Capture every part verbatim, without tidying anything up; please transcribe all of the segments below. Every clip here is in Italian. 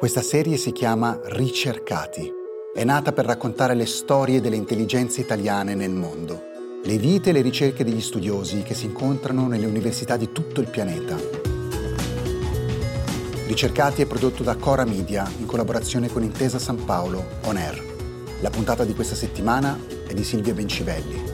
Questa serie si chiama Ricercati. È nata per raccontare le storie delle intelligenze italiane nel mondo, le vite e le ricerche degli studiosi che si incontrano nelle università di tutto il pianeta. Ricercati è prodotto da Cora Media in collaborazione con Intesa San Paolo On Air. La puntata di questa settimana è di Silvia Bencivelli.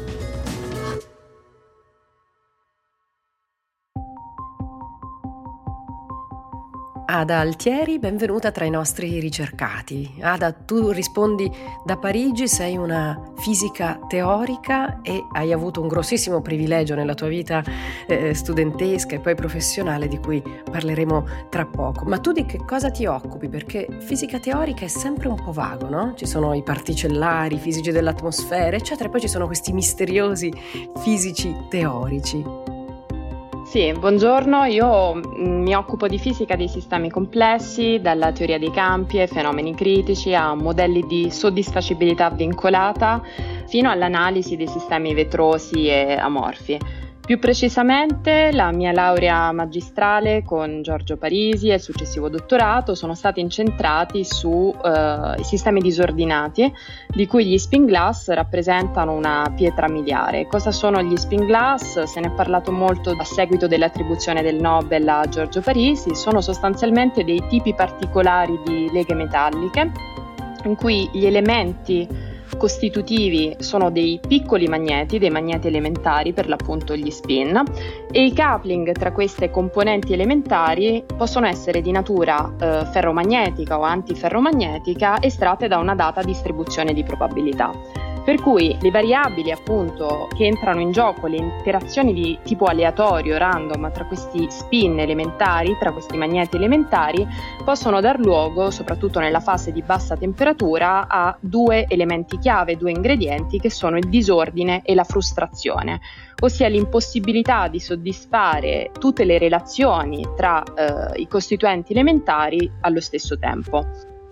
Ada Altieri, benvenuta tra i nostri ricercati. Ada, tu rispondi da Parigi, sei una fisica teorica e hai avuto un grossissimo privilegio nella tua vita eh, studentesca e poi professionale di cui parleremo tra poco. Ma tu di che cosa ti occupi? Perché fisica teorica è sempre un po' vago, no? Ci sono i particellari, i fisici dell'atmosfera, eccetera, e poi ci sono questi misteriosi fisici teorici. Sì, buongiorno, io mi occupo di fisica dei sistemi complessi, dalla teoria dei campi ai fenomeni critici a modelli di soddisfacibilità vincolata fino all'analisi dei sistemi vetrosi e amorfi. Più precisamente, la mia laurea magistrale con Giorgio Parisi e il successivo dottorato sono stati incentrati sui eh, sistemi disordinati, di cui gli spin glass rappresentano una pietra miliare. Cosa sono gli spin glass? Se ne è parlato molto a seguito dell'attribuzione del Nobel a Giorgio Parisi. Sono sostanzialmente dei tipi particolari di leghe metalliche in cui gli elementi costitutivi sono dei piccoli magneti, dei magneti elementari, per l'appunto gli spin, e i coupling tra queste componenti elementari possono essere di natura eh, ferromagnetica o antiferromagnetica, estratte da una data distribuzione di probabilità. Per cui le variabili appunto che entrano in gioco, le interazioni di tipo aleatorio, random, tra questi spin elementari, tra questi magneti elementari, possono dar luogo, soprattutto nella fase di bassa temperatura, a due elementi chiave, due ingredienti, che sono il disordine e la frustrazione, ossia l'impossibilità di soddisfare tutte le relazioni tra eh, i costituenti elementari allo stesso tempo.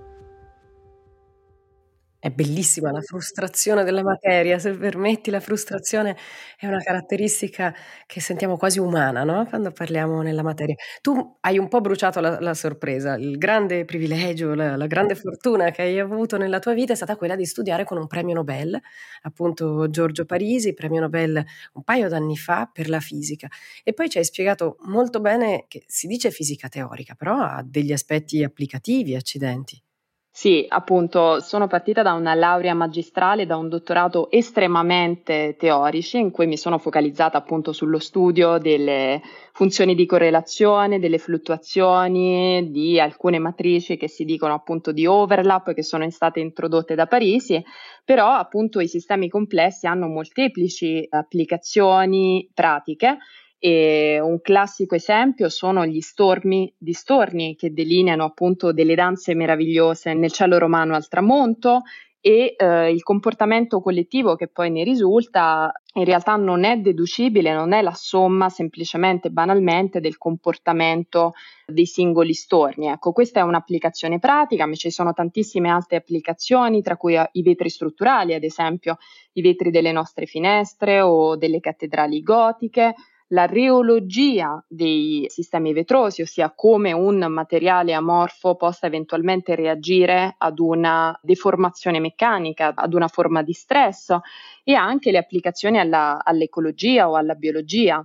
È bellissima la frustrazione della materia, se permetti. La frustrazione è una caratteristica che sentiamo quasi umana, no? Quando parliamo nella materia. Tu hai un po' bruciato la, la sorpresa. Il grande privilegio, la, la grande fortuna che hai avuto nella tua vita è stata quella di studiare con un premio Nobel, appunto Giorgio Parisi, premio Nobel un paio d'anni fa per la fisica. E poi ci hai spiegato molto bene che si dice fisica teorica, però ha degli aspetti applicativi, accidenti. Sì, appunto, sono partita da una laurea magistrale, da un dottorato estremamente teorici, in cui mi sono focalizzata appunto sullo studio delle funzioni di correlazione, delle fluttuazioni, di alcune matrici che si dicono appunto di overlap, che sono state introdotte da Parisi, però appunto i sistemi complessi hanno molteplici applicazioni pratiche. E un classico esempio sono gli stormi di storni, che delineano appunto delle danze meravigliose nel cielo romano al tramonto, e eh, il comportamento collettivo che poi ne risulta in realtà non è deducibile, non è la somma semplicemente banalmente del comportamento dei singoli storni. Ecco, questa è un'applicazione pratica, ma ci sono tantissime altre applicazioni, tra cui i vetri strutturali, ad esempio i vetri delle nostre finestre o delle cattedrali gotiche, la reologia dei sistemi vetrosi, ossia come un materiale amorfo possa eventualmente reagire ad una deformazione meccanica, ad una forma di stress, e anche le applicazioni alla, all'ecologia o alla biologia.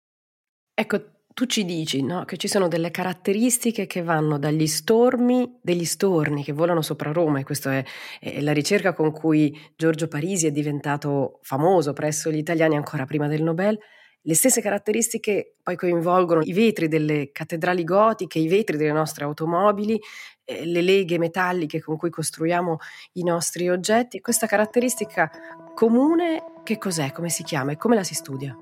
Ecco, tu ci dici, no, che ci sono delle caratteristiche che vanno dagli stormi, degli storni che volano sopra Roma, e questa è, è la ricerca con cui Giorgio Parisi è diventato famoso presso gli italiani ancora prima del Nobel. Le stesse caratteristiche poi coinvolgono i vetri delle cattedrali gotiche, i vetri delle nostre automobili, eh, le leghe metalliche con cui costruiamo i nostri oggetti. Questa caratteristica comune che cos'è, come si chiama e come la si studia?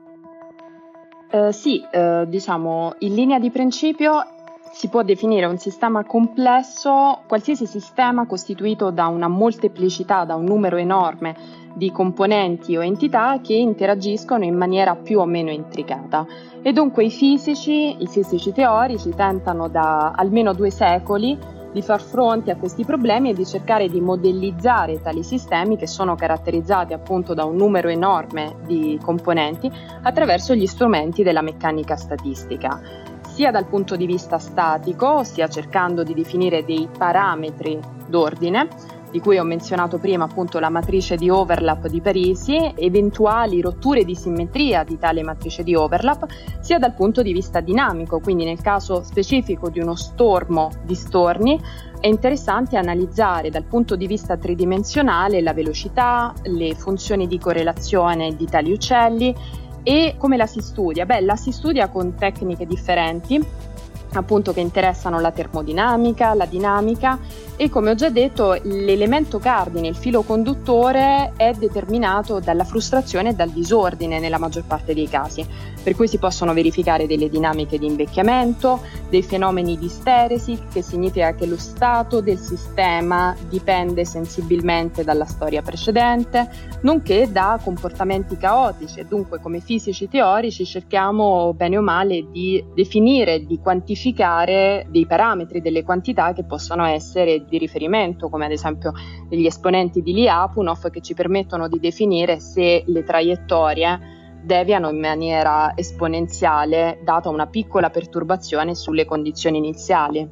Eh, sì, eh, diciamo, in linea di principio si può definire un sistema complesso qualsiasi sistema costituito da una molteplicità, da un numero enorme di componenti o entità che interagiscono in maniera più o meno intricata. E dunque i fisici, i fisici teorici tentano da almeno due secoli di far fronte a questi problemi e di cercare di modellizzare tali sistemi, che sono caratterizzati appunto da un numero enorme di componenti, attraverso gli strumenti della meccanica statistica. sia dal punto di vista statico, ossia cercando di definire dei parametri d'ordine, di cui ho menzionato prima appunto la matrice di overlap di Parisi, eventuali rotture di simmetria di tale matrice di overlap, sia dal punto di vista dinamico, quindi nel caso specifico di uno stormo di storni è interessante analizzare dal punto di vista tridimensionale la velocità, le funzioni di correlazione di tali uccelli. E come la si studia? Beh, la si studia con tecniche differenti, appunto che interessano la termodinamica, la dinamica e come ho già detto l'elemento cardine, il filo conduttore è determinato dalla frustrazione e dal disordine nella maggior parte dei casi, per cui si possono verificare delle dinamiche di invecchiamento, dei fenomeni di steresi, che significa che lo stato del sistema dipende sensibilmente dalla storia precedente, nonché da comportamenti caotici e dunque come fisici teorici cerchiamo bene o male di definire, di quantificare dei parametri, delle quantità che possono essere di riferimento, come ad esempio gli esponenti di Lyapunov che ci permettono di definire se le traiettorie deviano in maniera esponenziale data una piccola perturbazione sulle condizioni iniziali.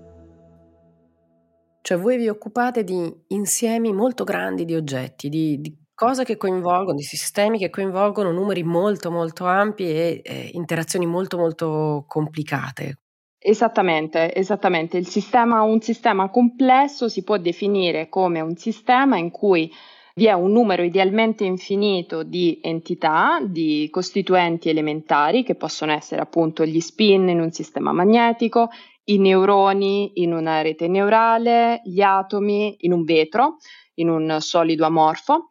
Cioè voi vi occupate di insiemi molto grandi di oggetti, di, di cose che coinvolgono, di sistemi che coinvolgono numeri molto molto ampi e eh, interazioni molto molto complicate. Esattamente, esattamente. Il sistema, un sistema complesso si può definire come un sistema in cui vi è un numero idealmente infinito di entità, di costituenti elementari, che possono essere appunto gli spin in un sistema magnetico, i neuroni in una rete neurale, gli atomi in un vetro, in un solido amorfo.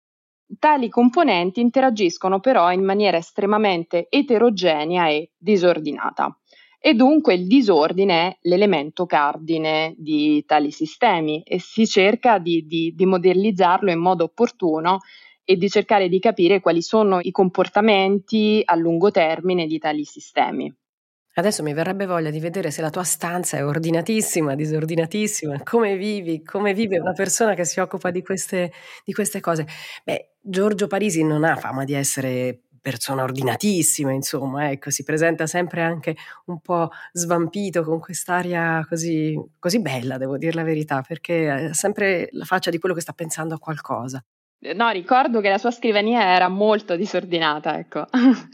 Tali componenti interagiscono però in maniera estremamente eterogenea e disordinata. E dunque il disordine è l'elemento cardine di tali sistemi e si cerca di, di, di modellizzarlo in modo opportuno e di cercare di capire quali sono i comportamenti a lungo termine di tali sistemi. Adesso mi verrebbe voglia di vedere se la tua stanza è ordinatissima, disordinatissima, come vivi, come vive una persona che si occupa di queste, di queste cose. Beh, Giorgio Parisi non ha fama di essere persona ordinatissima, insomma, ecco, si presenta sempre anche un po' svampito con quest'aria così, così bella, devo dire la verità, perché ha sempre la faccia di quello che sta pensando a qualcosa. No, ricordo che la sua scrivania era molto disordinata, ecco,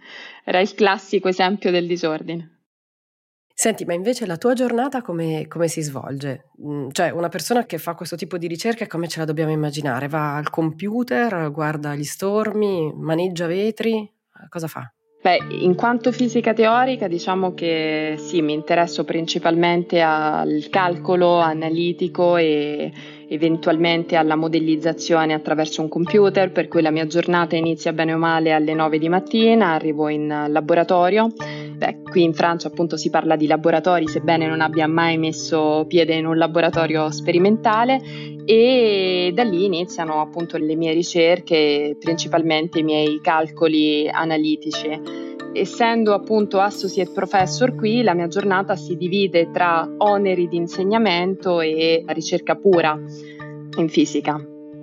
era il classico esempio del disordine. Senti, ma invece la tua giornata come, come si svolge? Mm, cioè, una persona che fa questo tipo di ricerche come ce la dobbiamo immaginare? Va al computer, guarda gli stormi, maneggia vetri? Cosa fa? Beh, in quanto fisica teorica, diciamo che sì, mi interesso principalmente al calcolo analitico e eventualmente alla modellizzazione attraverso un computer, per cui la mia giornata inizia bene o male alle nove di mattina, arrivo in laboratorio. Beh, qui in Francia appunto si parla di laboratori, sebbene non abbia mai messo piede in un laboratorio sperimentale, e da lì iniziano appunto le mie ricerche, principalmente i miei calcoli analitici. Essendo appunto associate professor qui, la mia giornata si divide tra oneri di insegnamento e ricerca pura in fisica.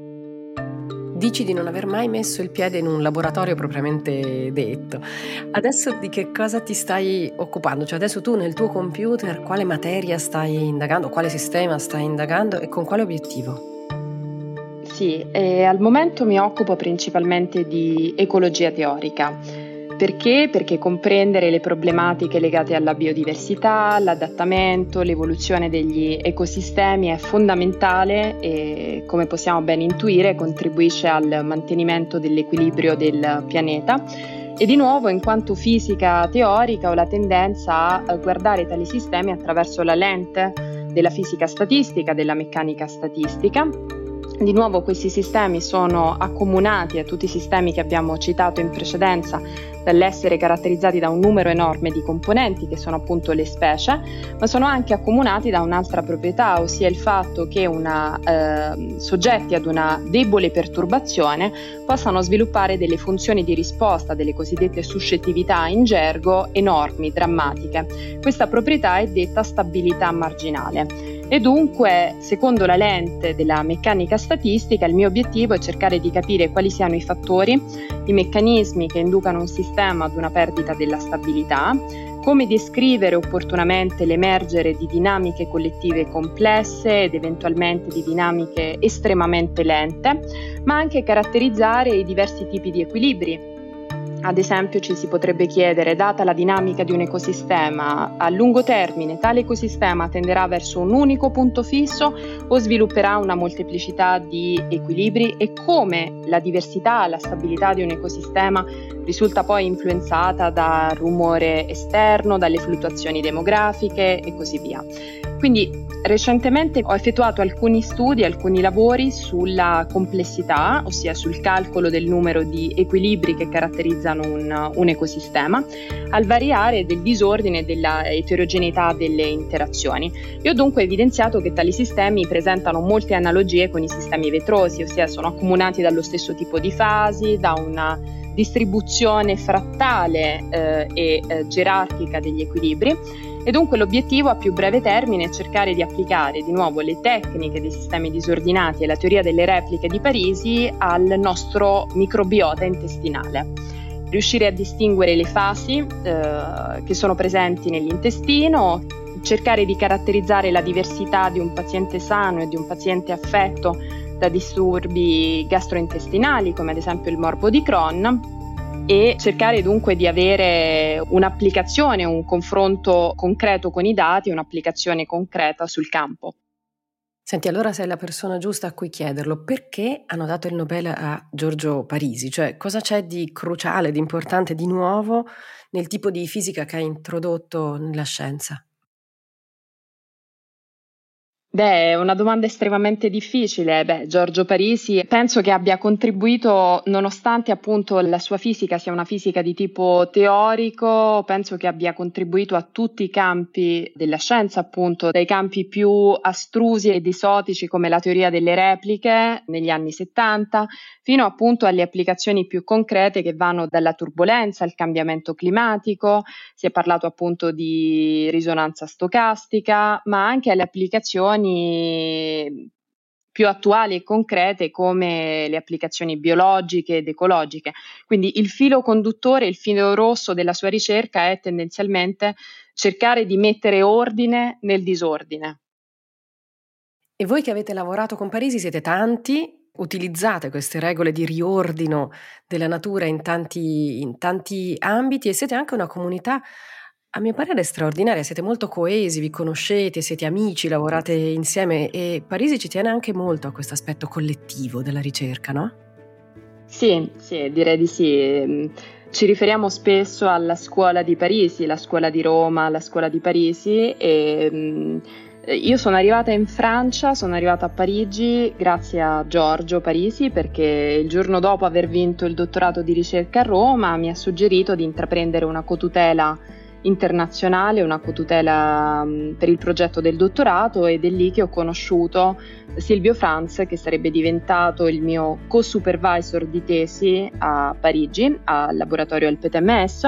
Dici di non aver mai messo il piede in un laboratorio propriamente detto. Adesso di che cosa ti stai occupando? Cioè adesso tu nel tuo computer quale materia stai indagando, quale sistema stai indagando e con quale obiettivo? Sì, eh, al momento mi occupo principalmente di ecologia teorica. Perché? Perché comprendere le problematiche legate alla biodiversità, l'adattamento, l'evoluzione degli ecosistemi è fondamentale e, come possiamo ben intuire, contribuisce al mantenimento dell'equilibrio del pianeta. E di nuovo, in quanto fisica teorica, ho la tendenza a guardare tali sistemi attraverso la lente della fisica statistica, della meccanica statistica. Di nuovo questi sistemi sono accomunati a tutti i sistemi che abbiamo citato in precedenza dall'essere caratterizzati da un numero enorme di componenti che sono appunto le specie, ma sono anche accomunati da un'altra proprietà, ossia il fatto che una, eh, soggetti ad una debole perturbazione possano sviluppare delle funzioni di risposta, delle cosiddette suscettività in gergo, enormi, drammatiche. Questa proprietà è detta stabilità marginale. E dunque, secondo la lente della meccanica statistica, il mio obiettivo è cercare di capire quali siano i fattori, i meccanismi che inducano un sistema ad una perdita della stabilità, come descrivere opportunamente l'emergere di dinamiche collettive complesse ed eventualmente di dinamiche estremamente lente, ma anche caratterizzare i diversi tipi di equilibri. Ad esempio ci si potrebbe chiedere, data la dinamica di un ecosistema, a lungo termine tale ecosistema tenderà verso un unico punto fisso o svilupperà una molteplicità di equilibri, e come la diversità, la stabilità di un ecosistema risulta poi influenzata dal rumore esterno, dalle fluttuazioni demografiche e così via. Quindi recentemente ho effettuato alcuni studi, alcuni lavori sulla complessità, ossia sul calcolo del numero di equilibri che caratterizzano un, un ecosistema, al variare del disordine e della eterogeneità delle interazioni. Io ho dunque evidenziato che tali sistemi presentano molte analogie con i sistemi vetrosi, ossia sono accomunati dallo stesso tipo di fasi, da una distribuzione frattale eh, e eh, gerarchica degli equilibri. E dunque l'obiettivo a più breve termine è cercare di applicare di nuovo le tecniche dei sistemi disordinati e la teoria delle repliche di Parisi al nostro microbiota intestinale. Riuscire a distinguere le fasi eh, che sono presenti nell'intestino, cercare di caratterizzare la diversità di un paziente sano e di un paziente affetto da disturbi gastrointestinali, come ad esempio il morbo di Crohn, e cercare dunque di avere un'applicazione, un confronto concreto con i dati, un'applicazione concreta sul campo. Senti, allora sei la persona giusta a cui chiederlo. Perché hanno dato il Nobel a Giorgio Parisi? Cioè, cosa c'è di cruciale, di importante, di nuovo nel tipo di fisica che ha introdotto nella scienza? Beh, è una domanda estremamente difficile. Beh, Giorgio Parisi penso che abbia contribuito, nonostante appunto la sua fisica sia una fisica di tipo teorico, penso che abbia contribuito a tutti i campi della scienza, appunto, dai campi più astrusi ed esotici come la teoria delle repliche negli anni settanta, fino appunto alle applicazioni più concrete che vanno dalla turbolenza al cambiamento climatico. Si è parlato appunto di risonanza stocastica, ma anche alle applicazioni più attuali e concrete come le applicazioni biologiche ed ecologiche. Quindi il filo conduttore, il filo rosso della sua ricerca è tendenzialmente cercare di mettere ordine nel disordine. E voi che avete lavorato con Parisi siete tanti, utilizzate queste regole di riordino della natura in tanti, in tanti ambiti, e siete anche una comunità a mio parere straordinaria, siete molto coesi, vi conoscete, siete amici, lavorate insieme, e Parisi ci tiene anche molto a questo aspetto collettivo della ricerca, no? Sì, sì, direi di sì. Ci riferiamo spesso alla scuola di Parisi, la scuola di Roma, la scuola di Parisi, e io sono arrivata in Francia, sono arrivata a Parigi grazie a Giorgio Parisi, perché il giorno dopo aver vinto il dottorato di ricerca a Roma mi ha suggerito di intraprendere una cotutela internazionale, una cotutela um, per il progetto del dottorato, ed è lì che ho conosciuto Silvio Franz, che sarebbe diventato il mio co-supervisor di tesi a Parigi, al laboratorio del P T M S,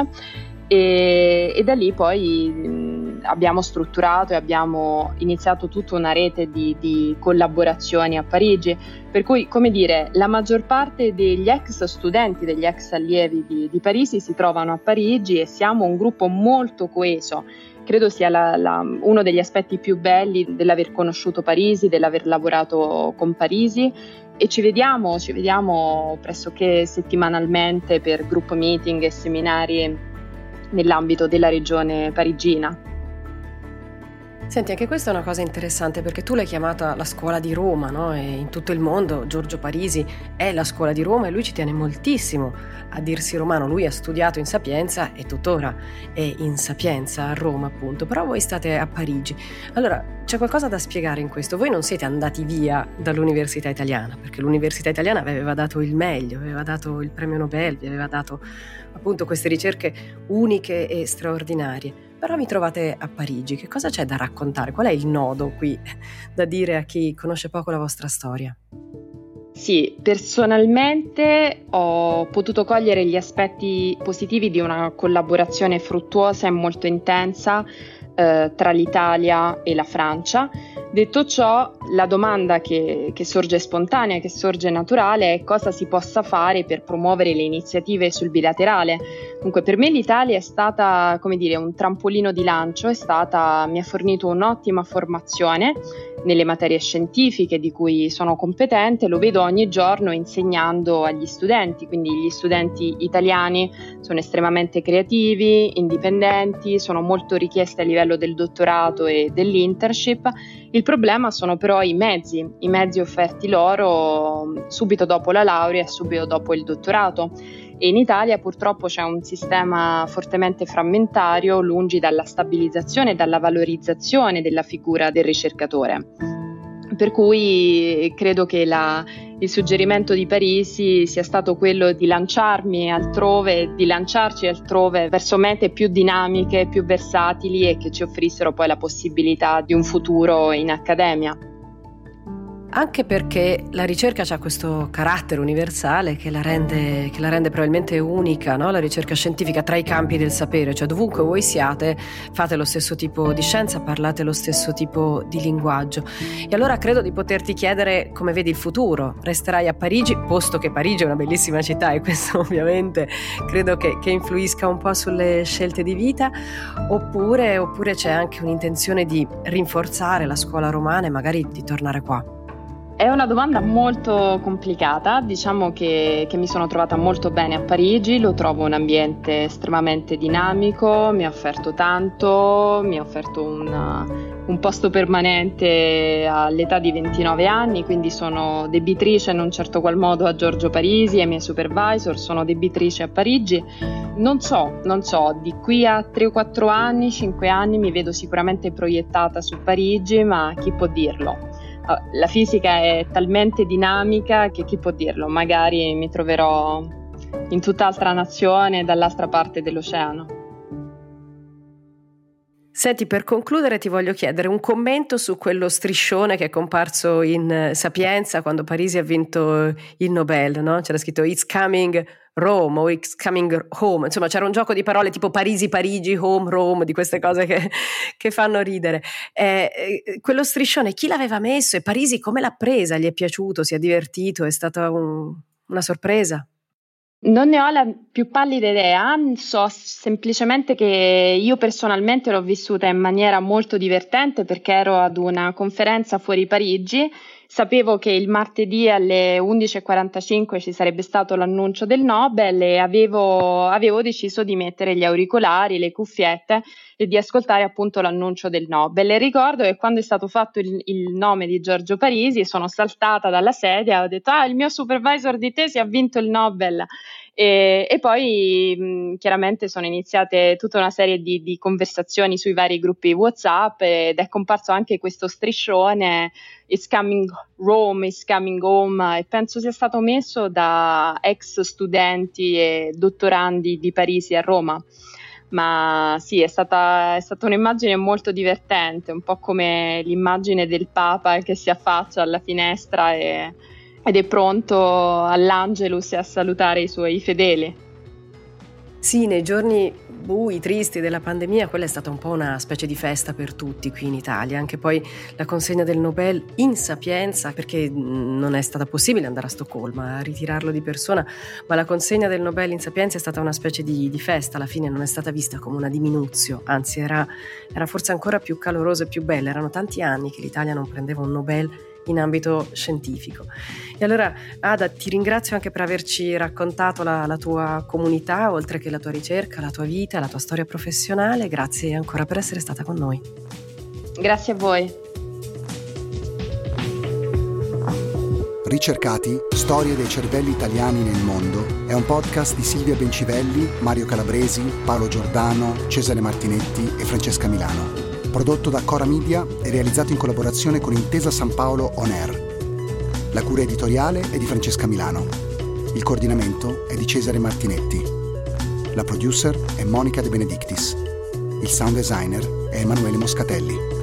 e, e da lì poi mh, abbiamo strutturato e abbiamo iniziato tutta una rete di, di collaborazioni a Parigi, per cui, come dire, la maggior parte degli ex studenti, degli ex allievi di, di Parisi si trovano a Parigi, e siamo un gruppo molto coeso. Credo sia la, la, uno degli aspetti più belli dell'aver conosciuto Parisi, dell'aver lavorato con Parisi, e ci vediamo, ci vediamo pressoché settimanalmente per group meeting e seminari nell'ambito della regione parigina. Senti, anche questa è una cosa interessante, perché tu l'hai chiamata la scuola di Roma, no? E in tutto il mondo Giorgio Parisi è la scuola di Roma, e lui ci tiene moltissimo a dirsi romano. Lui ha studiato in Sapienza e tuttora è in Sapienza a Roma, appunto, però voi state a Parigi. Allora, c'è qualcosa da spiegare in questo. Voi non siete andati via dall'università italiana, perché l'università italiana vi aveva dato il meglio, vi aveva dato il premio Nobel, vi aveva dato appunto queste ricerche uniche e straordinarie. Però vi trovate a Parigi, che cosa c'è da raccontare? Qual è il nodo qui da dire a chi conosce poco la vostra storia? Sì, personalmente ho potuto cogliere gli aspetti positivi di una collaborazione fruttuosa e molto intensa eh, tra l'Italia e la Francia. Detto ciò, la domanda che, che sorge spontanea, che sorge naturale è cosa si possa fare per promuovere le iniziative sul bilaterale. Dunque, per me l'Italia è stata, come dire, un trampolino di lancio, è stata, mi ha fornito un'ottima formazione nelle materie scientifiche di cui sono competente, lo vedo ogni giorno insegnando agli studenti, quindi gli studenti italiani sono estremamente creativi, indipendenti, sono molto richiesti a livello del dottorato e dell'internship. Il problema sono però i mezzi, i mezzi offerti loro subito dopo la laurea e subito dopo il dottorato. E in Italia purtroppo c'è un sistema fortemente frammentario, lungi dalla stabilizzazione e dalla valorizzazione della figura del ricercatore. Per cui credo che la, il suggerimento di Parisi sia stato quello di lanciarmi altrove, di lanciarci altrove verso mete più dinamiche, più versatili e che ci offrissero poi la possibilità di un futuro in accademia. Anche perché la ricerca ha questo carattere universale che la rende, che la rende probabilmente unica, no? La ricerca scientifica tra i campi del sapere, cioè dovunque voi siate fate lo stesso tipo di scienza, parlate lo stesso tipo di linguaggio. E allora credo di poterti chiedere come vedi il futuro. Resterai a Parigi, posto che Parigi è una bellissima città e questo ovviamente credo che, che influisca un po' sulle scelte di vita, oppure, oppure c'è anche un'intenzione di rinforzare la scuola romana e magari di tornare qua? È una domanda molto complicata, diciamo che, che mi sono trovata molto bene a Parigi, lo trovo un ambiente estremamente dinamico, mi ha offerto tanto, mi ha offerto un, un posto permanente all'età di ventinove anni, quindi sono debitrice in un certo qual modo a Giorgio Parisi e ai miei supervisor, sono debitrice a Parigi. Non so, non so, di qui a tre o quattro anni, cinque anni mi vedo sicuramente proiettata su Parigi, ma chi può dirlo? La fisica è talmente dinamica che chi può dirlo, magari mi troverò in tutt'altra nazione dall'altra parte dell'oceano. Senti, per concludere ti voglio chiedere un commento su quello striscione che è comparso in Sapienza quando Parisi ha vinto il Nobel, no? C'era scritto It's coming Rome o It's coming home, insomma c'era un gioco di parole tipo Parisi, Parigi, home, Rome, di queste cose che, che fanno ridere. Eh, eh, quello striscione chi l'aveva messo e Parisi come l'ha presa? Gli è piaciuto? Si è divertito? È stata un, una sorpresa? Non ne ho la più pallida idea, so semplicemente che io personalmente l'ho vissuta in maniera molto divertente perché ero ad una conferenza fuori Parigi, sapevo che il martedì alle undici e quarantacinque ci sarebbe stato l'annuncio del Nobel e avevo, avevo deciso di mettere gli auricolari, le cuffiette e di ascoltare appunto l'annuncio del Nobel. E ricordo che quando è stato fatto il, il nome di Giorgio Parisi sono saltata dalla sedia e ho detto ah il mio supervisor di tesi ha vinto il Nobel. E, e poi mh, chiaramente sono iniziate tutta una serie di, di conversazioni sui vari gruppi WhatsApp ed è comparso anche questo striscione It's coming Rome, it's coming home e penso sia stato messo da ex studenti e dottorandi di Parisi a Roma. Ma sì, è stata, è stata un'immagine molto divertente, un po' come l'immagine del Papa che si affaccia alla finestra e ed è pronto all'Angelus e a salutare i suoi fedeli. Sì, nei giorni bui, tristi della pandemia, quella è stata un po' una specie di festa per tutti qui in Italia, anche poi la consegna del Nobel in Sapienza, perché non è stata possibile andare a Stoccolma a ritirarlo di persona, ma la consegna del Nobel in Sapienza è stata una specie di, di festa, alla fine non è stata vista come una diminuzione, anzi era, era forse ancora più calorosa e più bella, erano tanti anni che l'Italia non prendeva un Nobel in ambito scientifico. E allora Ada, ti ringrazio anche per averci raccontato la, la tua comunità, oltre che la tua ricerca, la tua vita, la tua storia professionale. Grazie ancora per essere stata con noi. Grazie a voi. Ricercati, storie dei cervelli italiani nel mondo è un podcast di Silvia Bencivelli, Mario Calabresi, Paolo Giordano, Cesare Martinetti e Francesca Milano. Prodotto da Cora Media e realizzato in collaborazione con Intesa San Paolo On Air. La cura editoriale è di Francesca Milano. Il coordinamento è di Cesare Martinetti. La producer è Monica De Benedictis. Il sound designer è Emanuele Moscatelli.